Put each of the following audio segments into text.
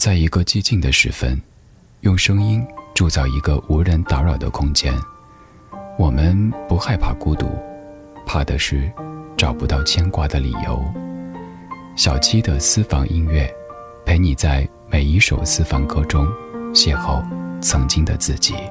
在一个寂静的时分，用声音铸造一个无人打扰的空间。我们不害怕孤独，怕的是找不到牵挂的理由。小七的私房音乐，陪你在每一首私房歌中邂逅曾经的自己。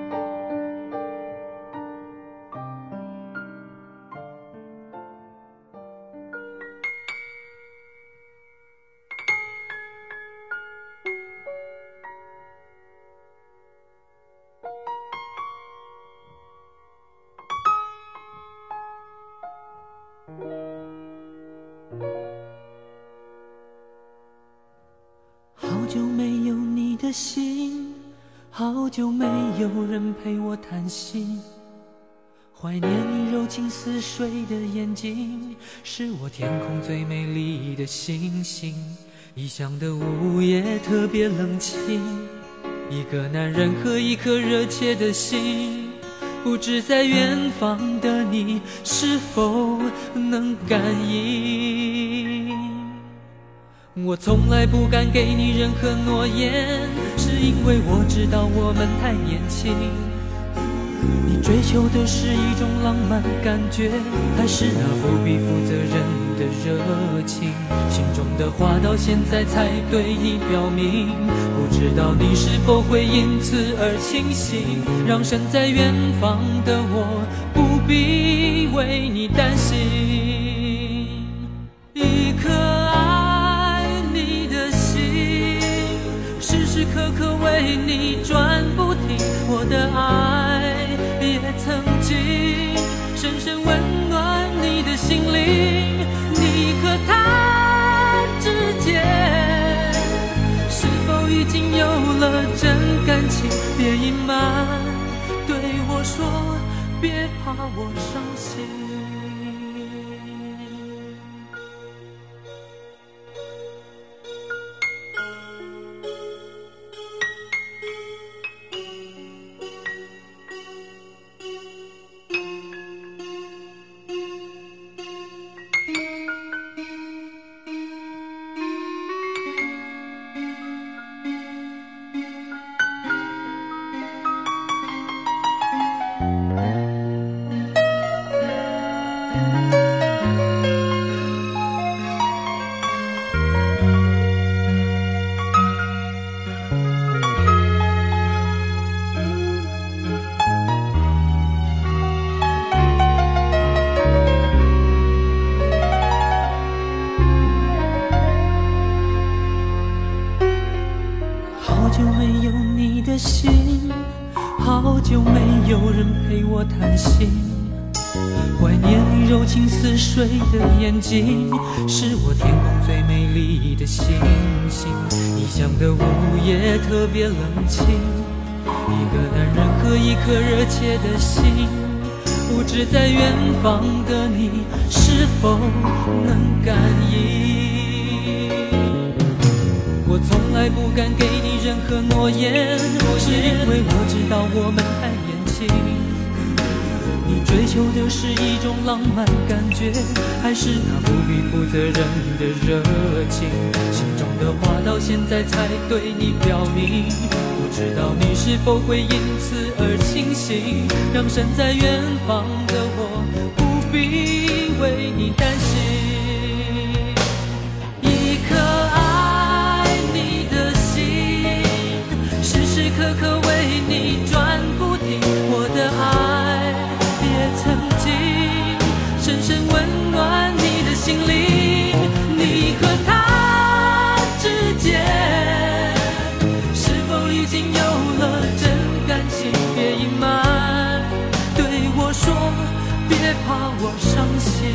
好久没有你的信，好久没有人陪我谈心，怀念你柔情似水的眼睛，是我天空最美丽的星星。异乡的午夜特别冷清，一个男人和一颗热切的心，不知在远方的你是否能感应。我从来不敢给你任何诺言，是因为我知道我们太年轻。你追求的是一种浪漫感觉，还是那不必负责任的热情？心中的话到现在才对你表明，不知道你是否会因此而清醒，让身在远方的我不必为你担心。一颗爱你的心，时时刻刻为你转不停，我的爱也曾经深深温暖你的心灵。你和他之间是否已经有了真感情？别隐瞒，对我说，别怕我伤心。好久没有人陪我谈心，怀念你柔情似水的眼睛，是我天空最美丽的星星。异乡的午夜特别冷清，一个男人和一颗热切的心，不知在远方的你是否能感应。我从来不敢给你任何诺言，是因为我知道我们太年轻。你追求的是一种浪漫感觉，还是那不必负责任的热情？心中的话到现在才对你表明，不知道你是否会因此而清醒，让身在远方的我不必为你担心。一颗爱你的心，时时刻刻为你转不停，我的爱也曾经深深温暖你的心灵。你和他之间是否已经有了真感情？别隐瞒，对我说，别怕我伤心。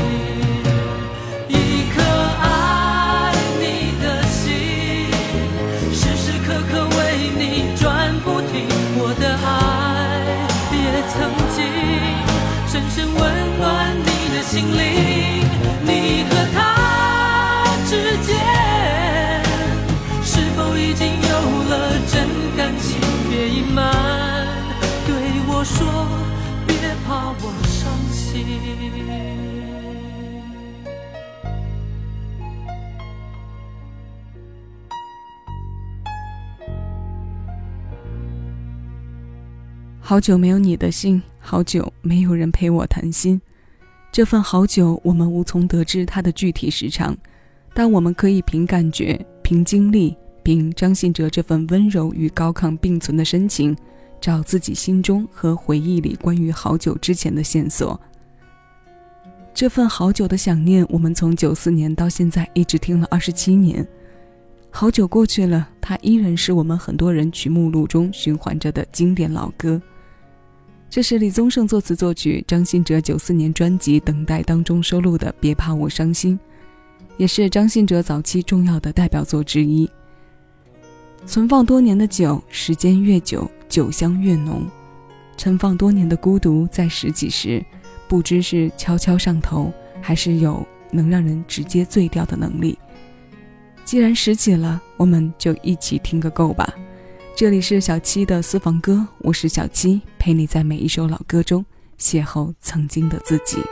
一颗爱你的心，时时刻刻为你转不停，我的爱也曾经深深温暖你的心灵。你和他之间是否已经有了真感情？别隐瞒，对我说，别怕我伤心。 好久没有你的信，好久没有人陪我谈心。这份好久我们无从得知它的具体时长，但我们可以凭感觉，凭经历，凭张信哲这份温柔与高亢并存的深情，找自己心中和回忆里关于好久之前的线索。这份好久的想念，我们从94年到现在一直听了27年。好久过去了，它依然是我们很多人曲目录中循环着的经典老歌。这是李宗盛作词作曲，张信哲94年专辑《等待》当中收录的《别怕我伤心》，也是张信哲早期重要的代表作之一。存放多年的酒，时间越久，酒香越浓。陈放多年的孤独，在拾起时，不知是悄悄上头，还是有能让人直接醉掉的能力。既然拾起了，我们就一起听个够吧。这里是小七的私房歌，我是小七，陪你在每一首老歌中邂逅曾经的自己。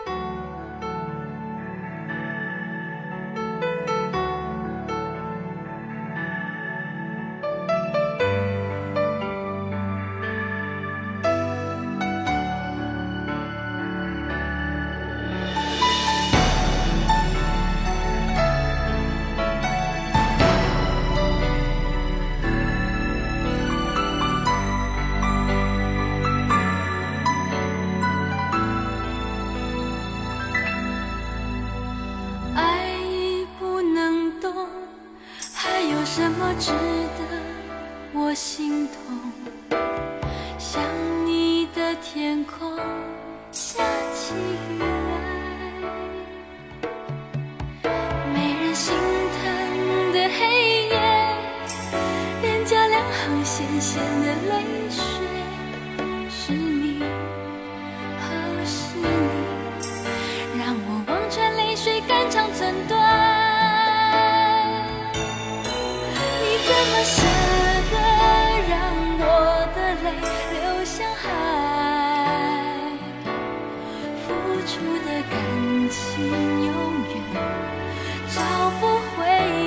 什么值得我心痛？想你的天空下起雨来，没人心疼的黑夜，脸颊两行咸咸的泪水，是你，哦是你，让我望穿泪水肝肠寸断。怎么舍得让我的泪流向海？付出的感情永远找不回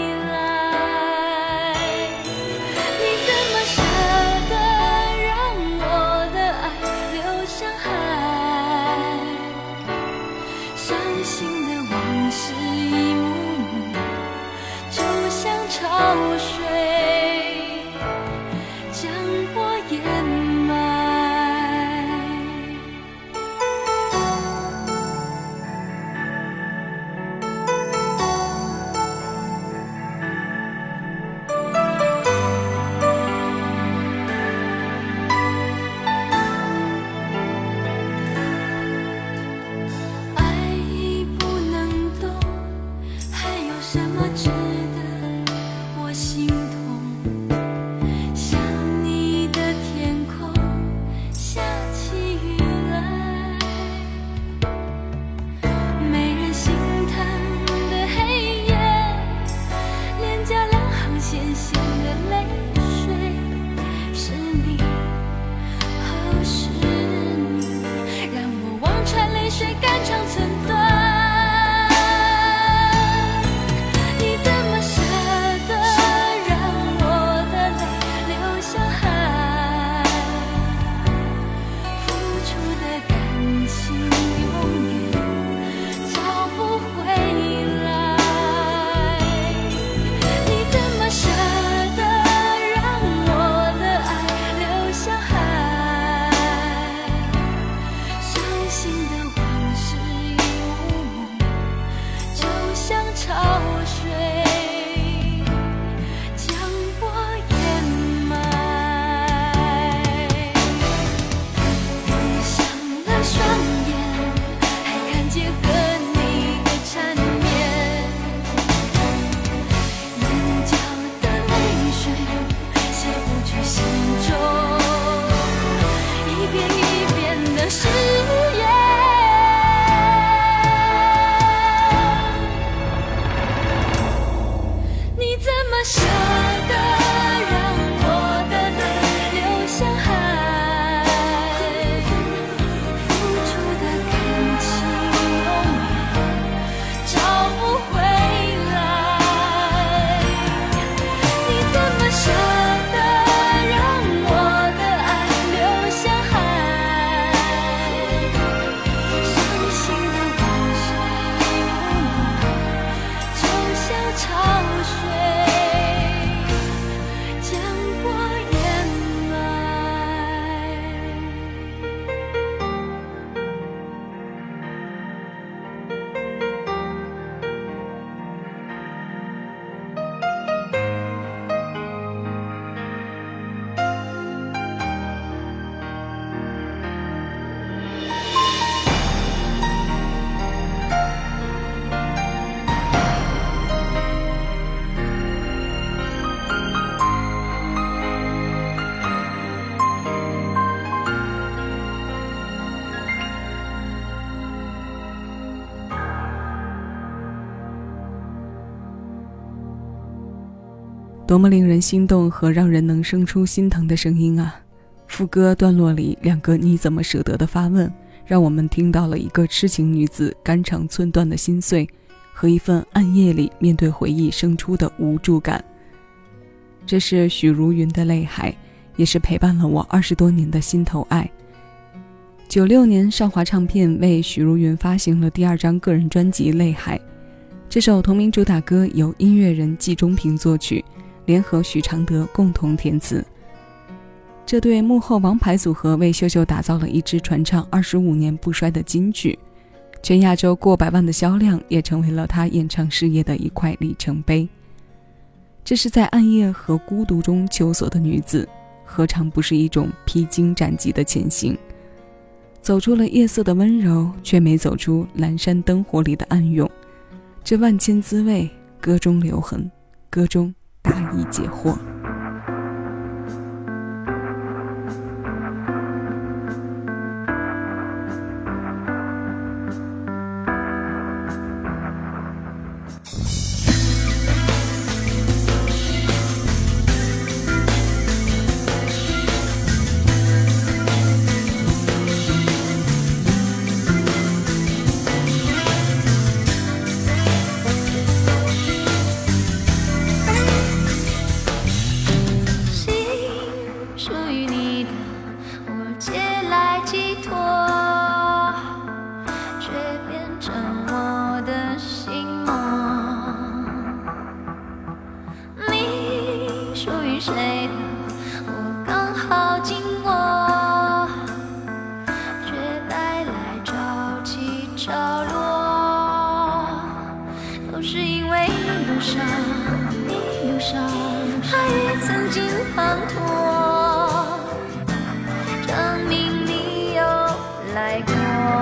来。你怎么舍得让我的爱流向海？伤心的往事一幕幕，就像潮水。水肝肠寸断，你怎多么令人心动和让人能生出心疼的声音啊！副歌段落里两个你怎么舍得的发问，让我们听到了一个痴情女子肝肠寸断的心碎，和一份暗夜里面对回忆生出的无助感。这是许茹芸的泪海，也是陪伴了我20多年的心头爱。96年上华唱片为许茹芸发行了第2张个人专辑《泪海》，这首同名主打歌由音乐人季中平作曲，联合许常德共同填词。这对幕后王牌组合为秀秀打造了一支传唱25年不衰的金曲，全亚洲过100万的销量也成为了她演唱事业的一块里程碑。这是在暗夜和孤独中求索的女子，何尝不是一种披荆斩棘的前行？走出了夜色的温柔，却没走出阑珊灯火里的暗涌。这万千滋味，歌中留痕，歌中大意解惑。 谁的我刚好紧握，却带来潮起潮落，都是因为一路上爱也曾经滂沱，证明你有来过。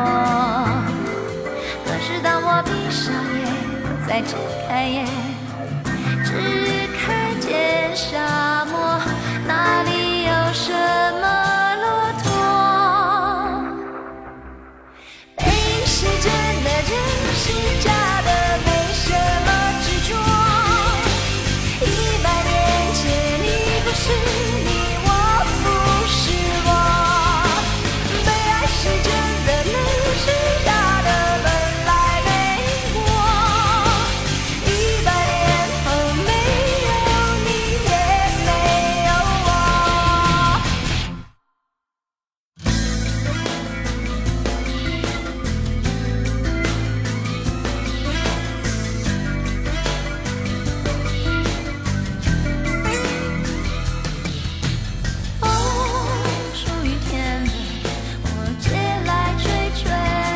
可是当我闭上眼再睁开眼，只看见沙漠，哪里有什么骆驼？背影是真的，人是假的，没什么执着。100年前你不是你，我不是我。被爱是真的，泪是假的，本来没我。100年后没有你，也没有我。风属于天的，我借来吹吹，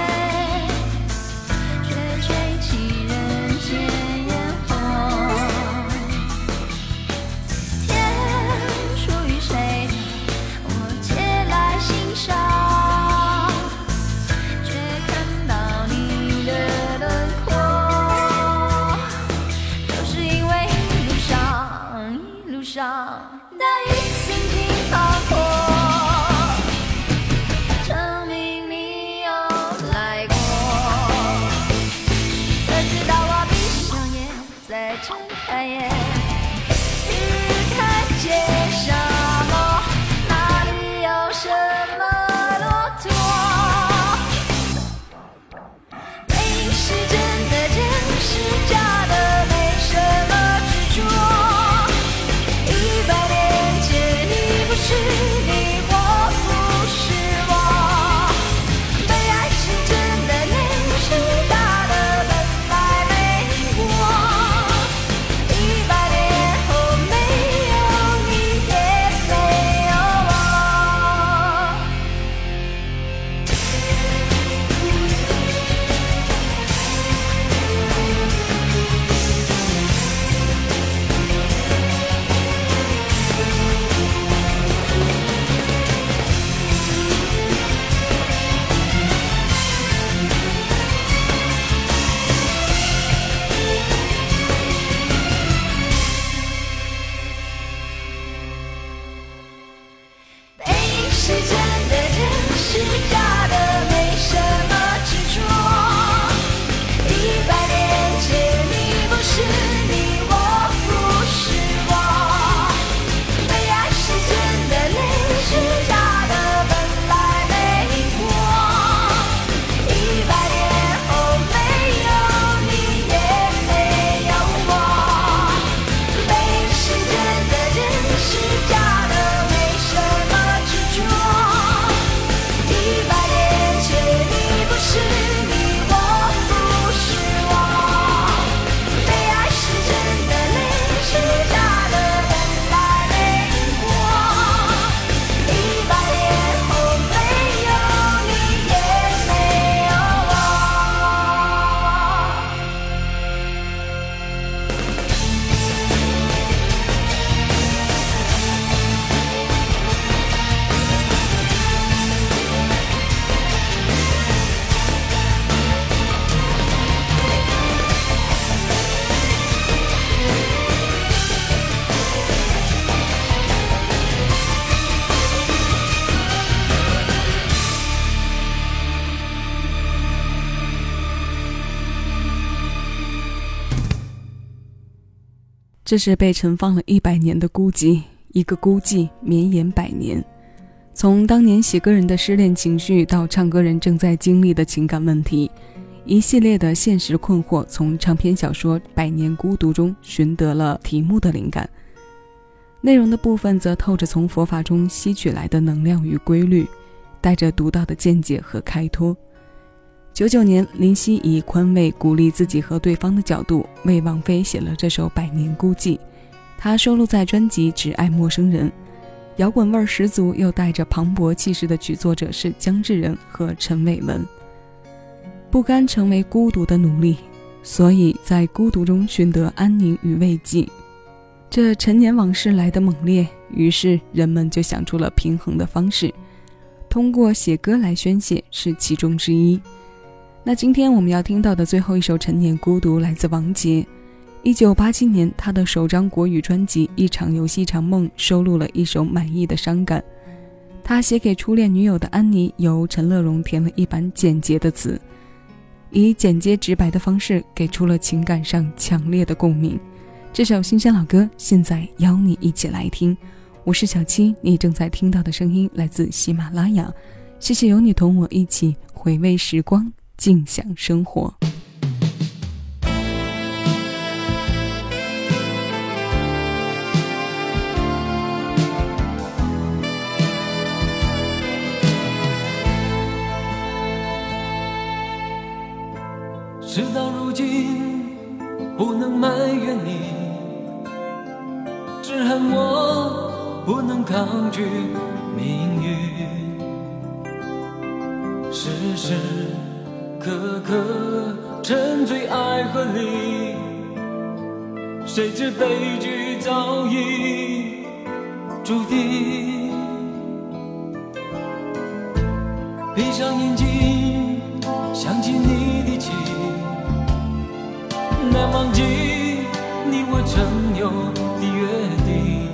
却吹起人间烟火。天属于谁的，我借来欣赏，却看到你的轮廓。都是因为一路上大雨曾经滂沱，证明你有来过。可是当我闭上眼再睁开眼，只看见沙漠，哪里有什么骆驼？背影是真的，人是假的，没什么执着。100年前你不是你，我不是我。被爱是真的，泪是假的，本来没我。100 这是被尘放了100年的孤寂，一个孤寂绵延100年。从当年写歌人的失恋情绪到唱歌人正在经历的情感问题，一系列的现实困惑从长篇小说《百年孤独》中寻得了题目的灵感，内容的部分则透着从佛法中吸取来的能量与规律，带着独到的见解和开脱。99年，林夕以宽慰鼓励自己和对方的角度，为王菲写了这首《百年孤寂》，它收录在专辑《只爱陌生人》。摇滚味十足又带着磅礴气势的曲作者是姜志仁和陈伟文。不甘成为孤独的奴隶，所以在孤独中寻得安宁与慰藉。这陈年往事来得猛烈，于是人们就想出了平衡的方式，通过写歌来宣泄是其中之一。那今天我们要听到的最后一首陈年孤独来自王杰。1987年，他的首张国语专辑《一场游戏一场梦》收录了一首满意的伤感。他写给初恋女友的安妮，由陈乐融填了一版简洁的词，以简洁直白的方式给出了情感上强烈的共鸣。这首新鲜老歌现在邀你一起来听，我是小七，你正在听到的声音来自喜马拉雅。谢谢有你同我一起回味时光，静享生活。 事到如今不能埋怨你，只恨我不能抗拒命运，时时刻刻沉醉爱河里，谁知悲剧早已注定。闭上眼睛想起你的情，难忘记你我曾有的约定，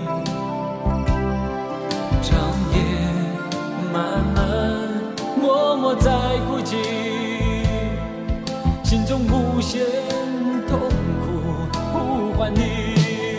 长夜漫漫默默在哭泣，心中无限痛苦呼唤你。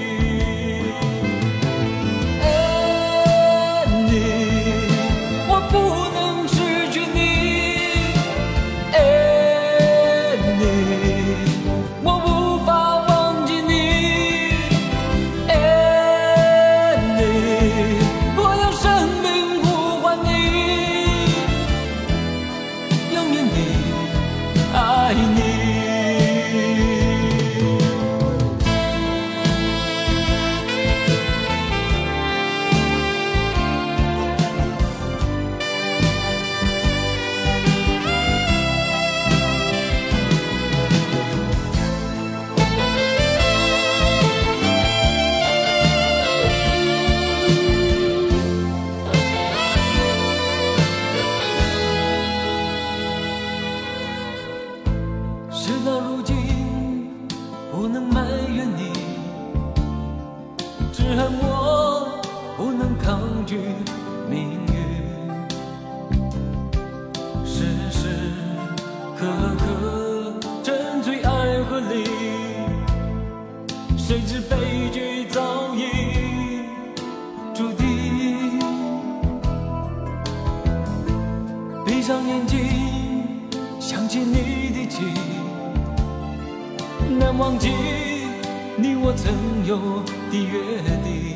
事到如今不能埋怨你，只恨我不能抗拒命运，时时刻刻沉醉爱河里，谁知悲剧早已注定。闭上眼睛想起你的情，难忘记你我曾有的约定，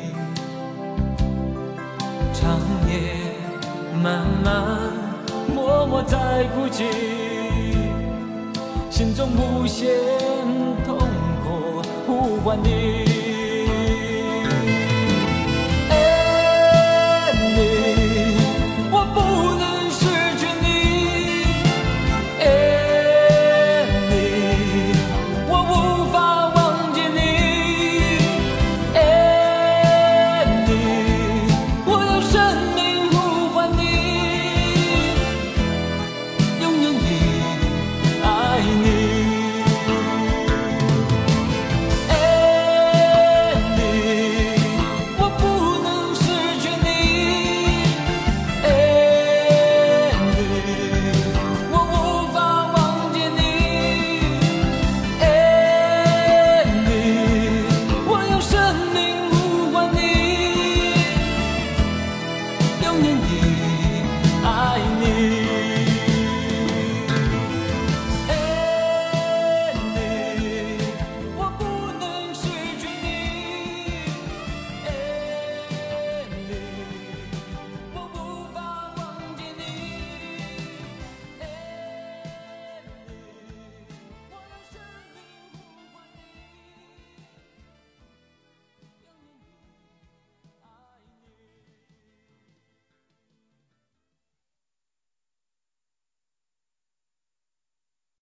长夜漫漫默默在哭泣，心中无限痛苦呼唤你。